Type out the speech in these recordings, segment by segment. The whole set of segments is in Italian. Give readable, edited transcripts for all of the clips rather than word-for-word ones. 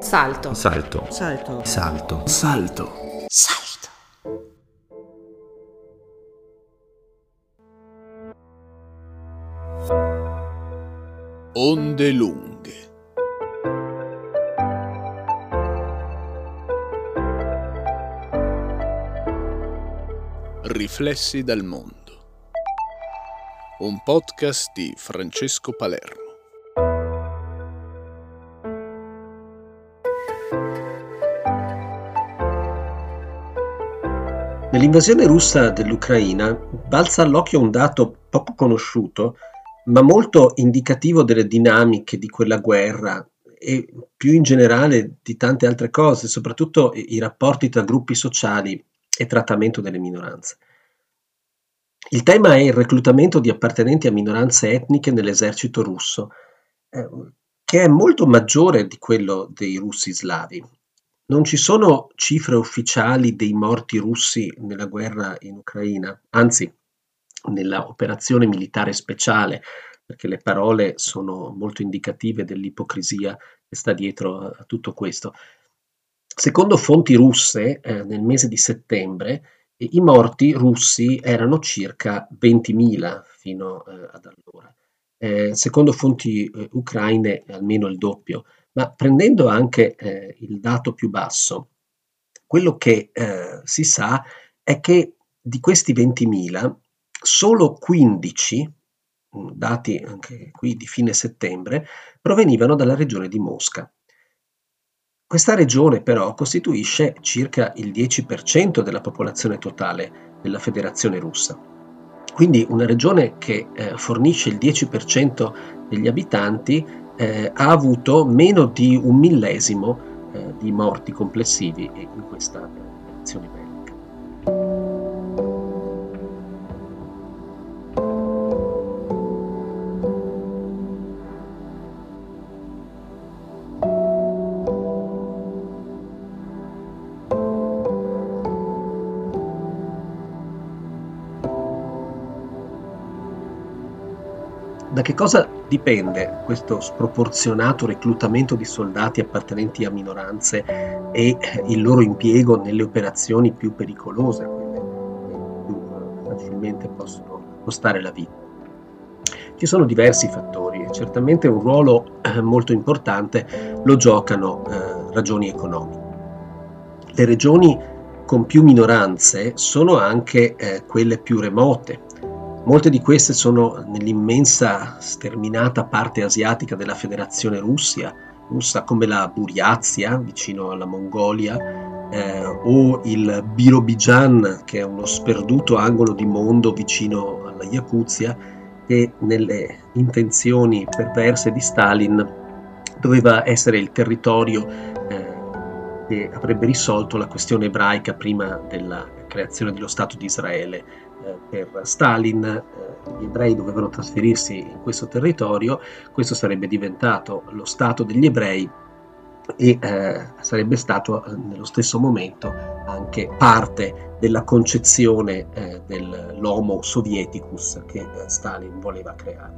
Salto. Salto. Salto. Salto. Salto. Salto. Onde lunghe. Riflessi dal mondo. Un podcast di Francesco Palermo. Nell'invasione russa dell'Ucraina balza all'occhio un dato poco conosciuto, ma molto indicativo delle dinamiche di quella guerra e più in generale di tante altre cose, soprattutto i rapporti tra gruppi sociali e trattamento delle minoranze. Il tema è il reclutamento di appartenenti a minoranze etniche nell'esercito russo, che è molto maggiore di quello dei russi slavi. Non ci sono cifre ufficiali dei morti russi nella guerra in Ucraina, anzi, nella operazione militare speciale, perché le parole sono molto indicative dell'ipocrisia che sta dietro a tutto questo. Secondo fonti russe, nel mese di settembre, i morti russi erano circa 20.000 fino ad allora. Secondo fonti ucraine almeno il doppio. Ma prendendo anche il dato più basso, quello che si sa è che di questi 20.000, solo 15, dati anche qui di fine settembre, provenivano dalla regione di Mosca. Questa regione però costituisce circa il 10% della popolazione totale della Federazione Russa. Quindi una regione che fornisce il 10% degli abitanti ha avuto meno di 1/1000 di morti complessivi in questa azione bellica. Da che cosa dipende questo sproporzionato reclutamento di soldati appartenenti a minoranze e il loro impiego nelle operazioni più pericolose, quelle che più facilmente possono costare la vita? Ci sono diversi fattori e certamente un ruolo molto importante lo giocano ragioni economiche. Le regioni con più minoranze sono anche quelle più remote. Molte di queste sono nell'immensa sterminata parte asiatica della Federazione russa, come la Buriazia, vicino alla Mongolia, o il Birobigian, che è uno sperduto angolo di mondo vicino alla Yakuzia, che nelle intenzioni perverse di Stalin doveva essere il territorio che avrebbe risolto la questione ebraica prima della creazione dello Stato di Israele. Per Stalin gli ebrei dovevano trasferirsi in questo territorio, questo sarebbe diventato lo Stato degli ebrei e sarebbe stato nello stesso momento anche parte della concezione dell'Homo Sovieticus che Stalin voleva creare.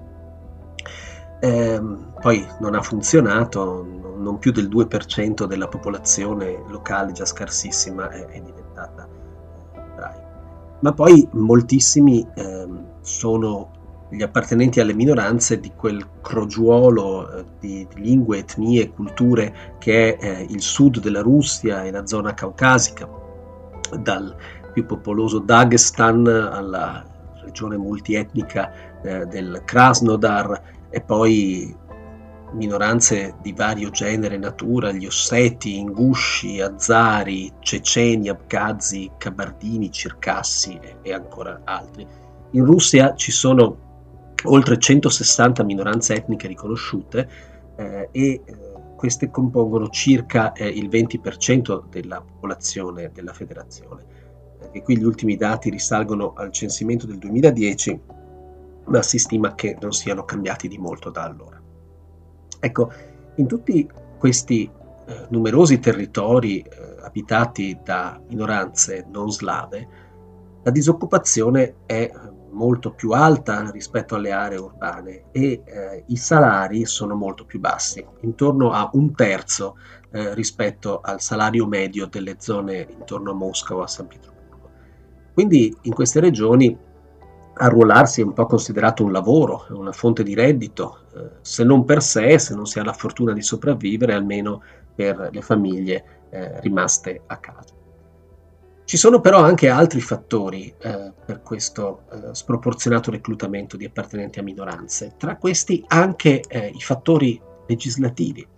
Poi non ha funzionato, non più del 2% della popolazione locale, già scarsissima, è diventata ebraica. Ma poi moltissimi sono gli appartenenti alle minoranze di quel crogiuolo di lingue, etnie e culture che è il sud della Russia e la zona caucasica, dal più popoloso Dagestan alla regione multietnica del Krasnodar e poi minoranze di vario genere e natura, gli osseti, ingusci, azari, ceceni, abcazi, kabardini, circassi e ancora altri. In Russia ci sono oltre 160 minoranze etniche riconosciute e queste compongono circa il 20% della popolazione della federazione. E qui gli ultimi dati risalgono al censimento del 2010, ma si stima che non siano cambiati di molto da allora. Ecco, in tutti questi numerosi territori abitati da minoranze non slave, la disoccupazione è molto più alta rispetto alle aree urbane e i salari sono molto più bassi, intorno a un terzo rispetto al salario medio delle zone intorno a Mosca o a San Pietroburgo. Quindi in queste regioni arruolarsi è un po' considerato un lavoro, una fonte di reddito, se non per sé, se non si ha la fortuna di sopravvivere, almeno per le famiglie rimaste a casa. Ci sono però anche altri fattori per questo sproporzionato reclutamento di appartenenti a minoranze, tra questi anche i fattori legislativi.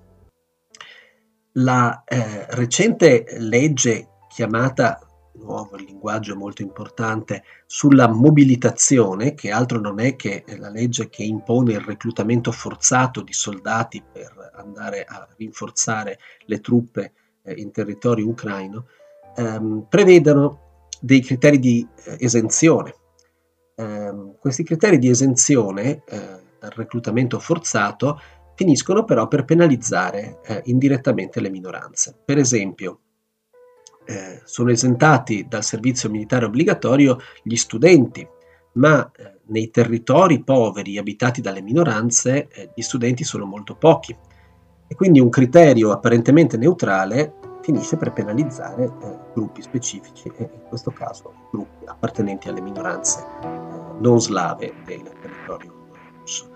La recente legge chiamata, nuovo il linguaggio è molto importante, sulla mobilitazione, che altro non è che la legge che impone il reclutamento forzato di soldati per andare a rinforzare le truppe in territorio ucraino, prevedono dei criteri di esenzione. Questi criteri di esenzione dal reclutamento forzato finiscono però per penalizzare indirettamente le minoranze. Per esempio, sono esentati dal servizio militare obbligatorio gli studenti, ma nei territori poveri abitati dalle minoranze gli studenti sono molto pochi e quindi un criterio apparentemente neutrale finisce per penalizzare gruppi specifici e in questo caso gruppi appartenenti alle minoranze non slave del territorio russo.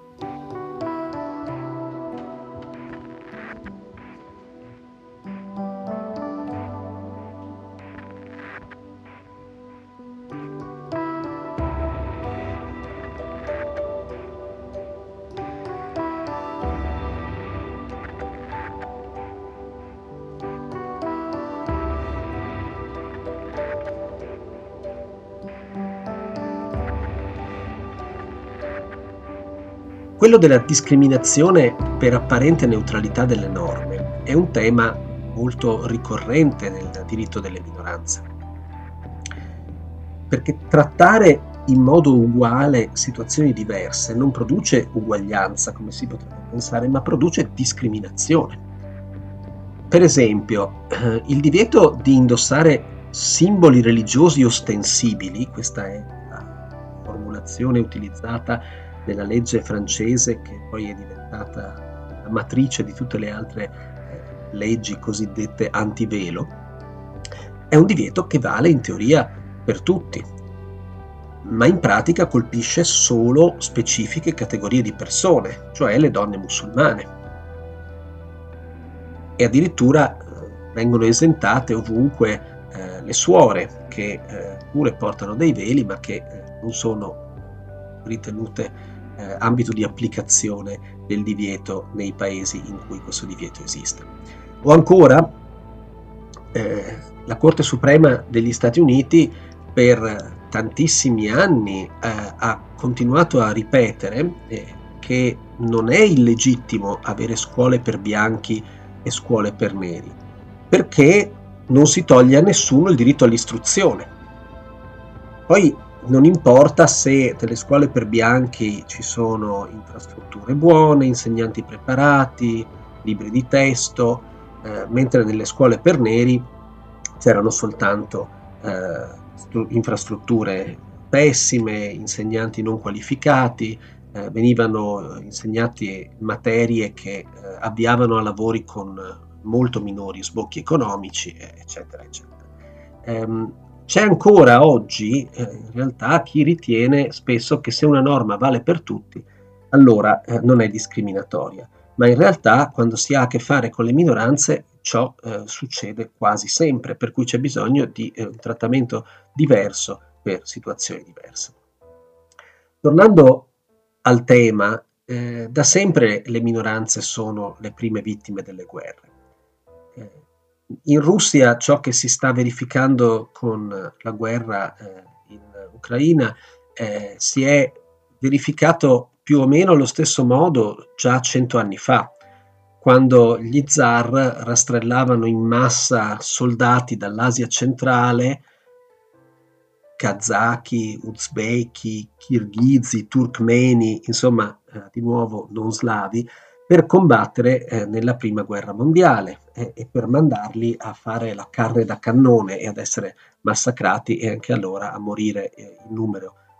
Quello della discriminazione per apparente neutralità delle norme è un tema molto ricorrente nel diritto delle minoranze, perché trattare in modo uguale situazioni diverse non produce uguaglianza, come si potrebbe pensare, ma produce discriminazione. Per esempio, il divieto di indossare simboli religiosi ostensibili, questa è la formulazione utilizzata nella legge francese che poi è diventata la matrice di tutte le altre leggi cosiddette antivelo, è un divieto che vale in teoria per tutti, ma in pratica colpisce solo specifiche categorie di persone, cioè le donne musulmane. E addirittura vengono esentate ovunque le suore che pure portano dei veli ma che non sono ritenute ambito di applicazione del divieto nei paesi in cui questo divieto esiste. O ancora la Corte Suprema degli Stati Uniti per tantissimi anni ha continuato a ripetere che non è illegittimo avere scuole per bianchi e scuole per neri, perché non si toglie a nessuno il diritto all'istruzione. Poi non importa se nelle scuole per bianchi ci sono infrastrutture buone, insegnanti preparati, libri di testo, mentre nelle scuole per neri c'erano soltanto infrastrutture pessime, insegnanti non qualificati, venivano insegnate materie che avviavano a lavori con molto minori sbocchi economici, eccetera, eccetera. C'è ancora oggi, in realtà, chi ritiene spesso che se una norma vale per tutti, allora non è discriminatoria, ma in realtà quando si ha a che fare con le minoranze ciò succede quasi sempre, per cui c'è bisogno di un trattamento diverso per situazioni diverse. Tornando al tema, da sempre le minoranze sono le prime vittime delle guerre. In Russia ciò che si sta verificando con la guerra in Ucraina si è verificato più o meno allo stesso modo già 100 anni fa, quando gli zar rastrellavano in massa soldati dall'Asia centrale, kazaki, uzbeki, kirghizi, turkmeni, insomma di nuovo non slavi, per combattere nella prima guerra mondiale e per mandarli a fare la carne da cannone e ad essere massacrati e anche allora a morire in numero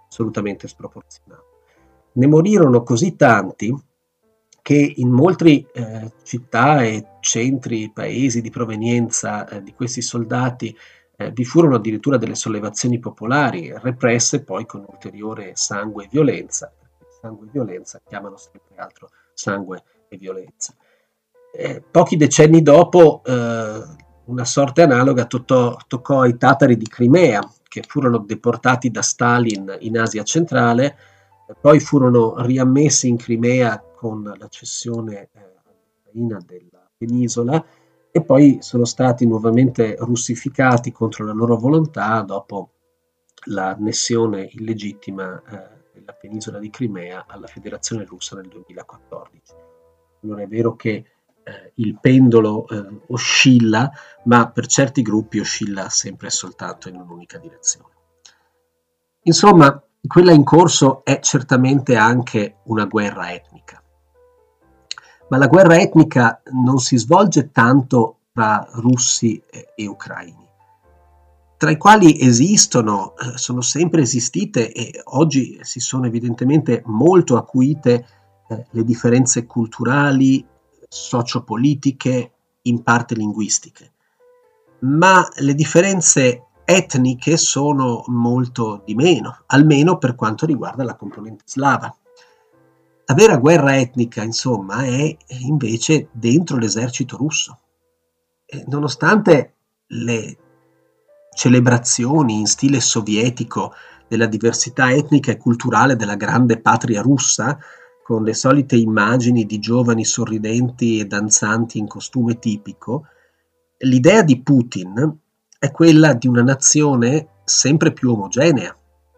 assolutamente sproporzionato. Ne morirono così tanti che in molte città e centri, paesi di provenienza di questi soldati vi furono addirittura delle sollevazioni popolari, represse poi con ulteriore sangue e violenza. Sangue e violenza chiamano sempre altro sangue e violenza. Pochi decenni dopo una sorte analoga toccò ai tatari di Crimea, che furono deportati da Stalin in Asia centrale, poi furono riammessi in Crimea con la cessione all'Ucraina della penisola e poi sono stati nuovamente russificati contro la loro volontà dopo l'annessione illegittima della penisola di Crimea alla Federazione Russa nel 2014. Allora è vero che il pendolo oscilla, ma per certi gruppi oscilla sempre e soltanto in un'unica direzione. Insomma, quella in corso è certamente anche una guerra etnica. Ma la guerra etnica non si svolge tanto tra russi e ucraini, tra i quali sono sempre esistite e oggi si sono evidentemente molto acuite le differenze culturali, sociopolitiche, in parte linguistiche. Ma le differenze etniche sono molto di meno, almeno per quanto riguarda la componente slava. La vera guerra etnica, insomma, è invece dentro l'esercito russo. E nonostante le celebrazioni in stile sovietico della diversità etnica e culturale della grande patria russa, con le solite immagini di giovani sorridenti e danzanti in costume tipico, l'idea di Putin è quella di una nazione sempre più omogenea,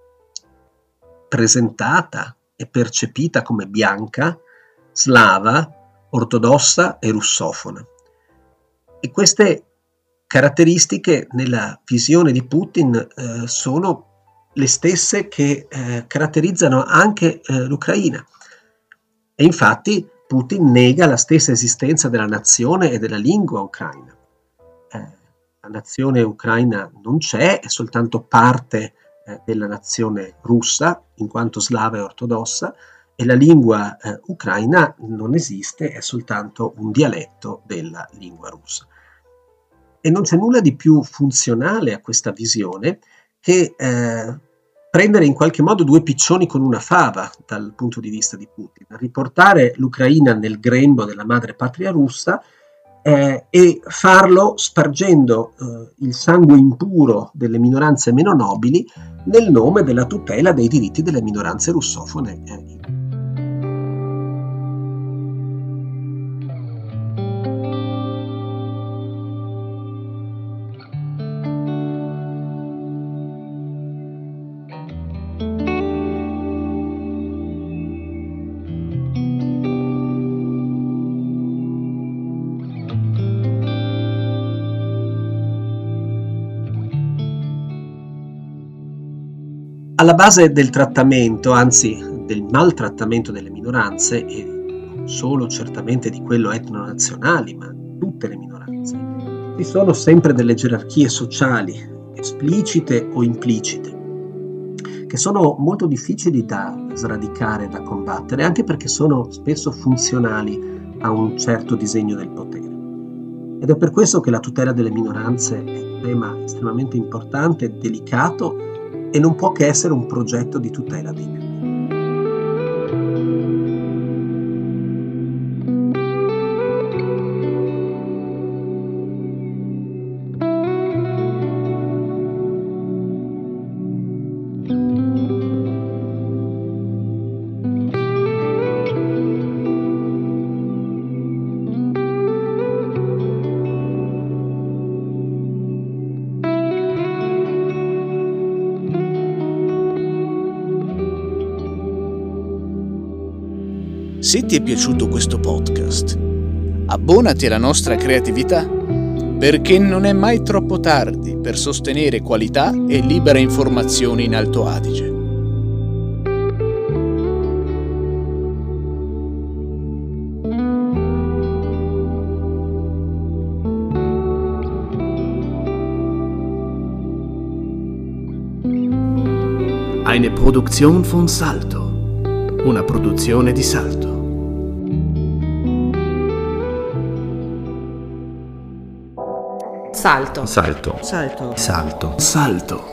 presentata e percepita come bianca, slava, ortodossa e russofona. E queste caratteristiche nella visione di Putin sono le stesse che caratterizzano anche l'Ucraina. E infatti Putin nega la stessa esistenza della nazione e della lingua ucraina. La nazione ucraina non c'è, è soltanto parte della nazione russa, in quanto slava e ortodossa, e la lingua ucraina non esiste, è soltanto un dialetto della lingua russa. E non c'è nulla di più funzionale a questa visione che prendere in qualche modo due piccioni con una fava dal punto di vista di Putin, riportare l'Ucraina nel grembo della madre patria russa e farlo spargendo il sangue impuro delle minoranze meno nobili nel nome della tutela dei diritti delle minoranze russofone. Alla base del trattamento, anzi del maltrattamento delle minoranze, e non solo certamente di quello etnonazionali, ma tutte le minoranze, ci sono sempre delle gerarchie sociali, esplicite o implicite, che sono molto difficili da sradicare, da combattere, anche perché sono spesso funzionali a un certo disegno del potere. Ed è per questo che la tutela delle minoranze è un tema estremamente importante, delicato, e non può che essere un progetto di tutela dei più. Se ti è piaciuto questo podcast, abbonati alla nostra creatività, perché non è mai troppo tardi per sostenere qualità e libera informazione in Alto Adige. Eine Produktion von Salto. Una produzione di Salto. Salto. Salto. Salto. Salto. Salto.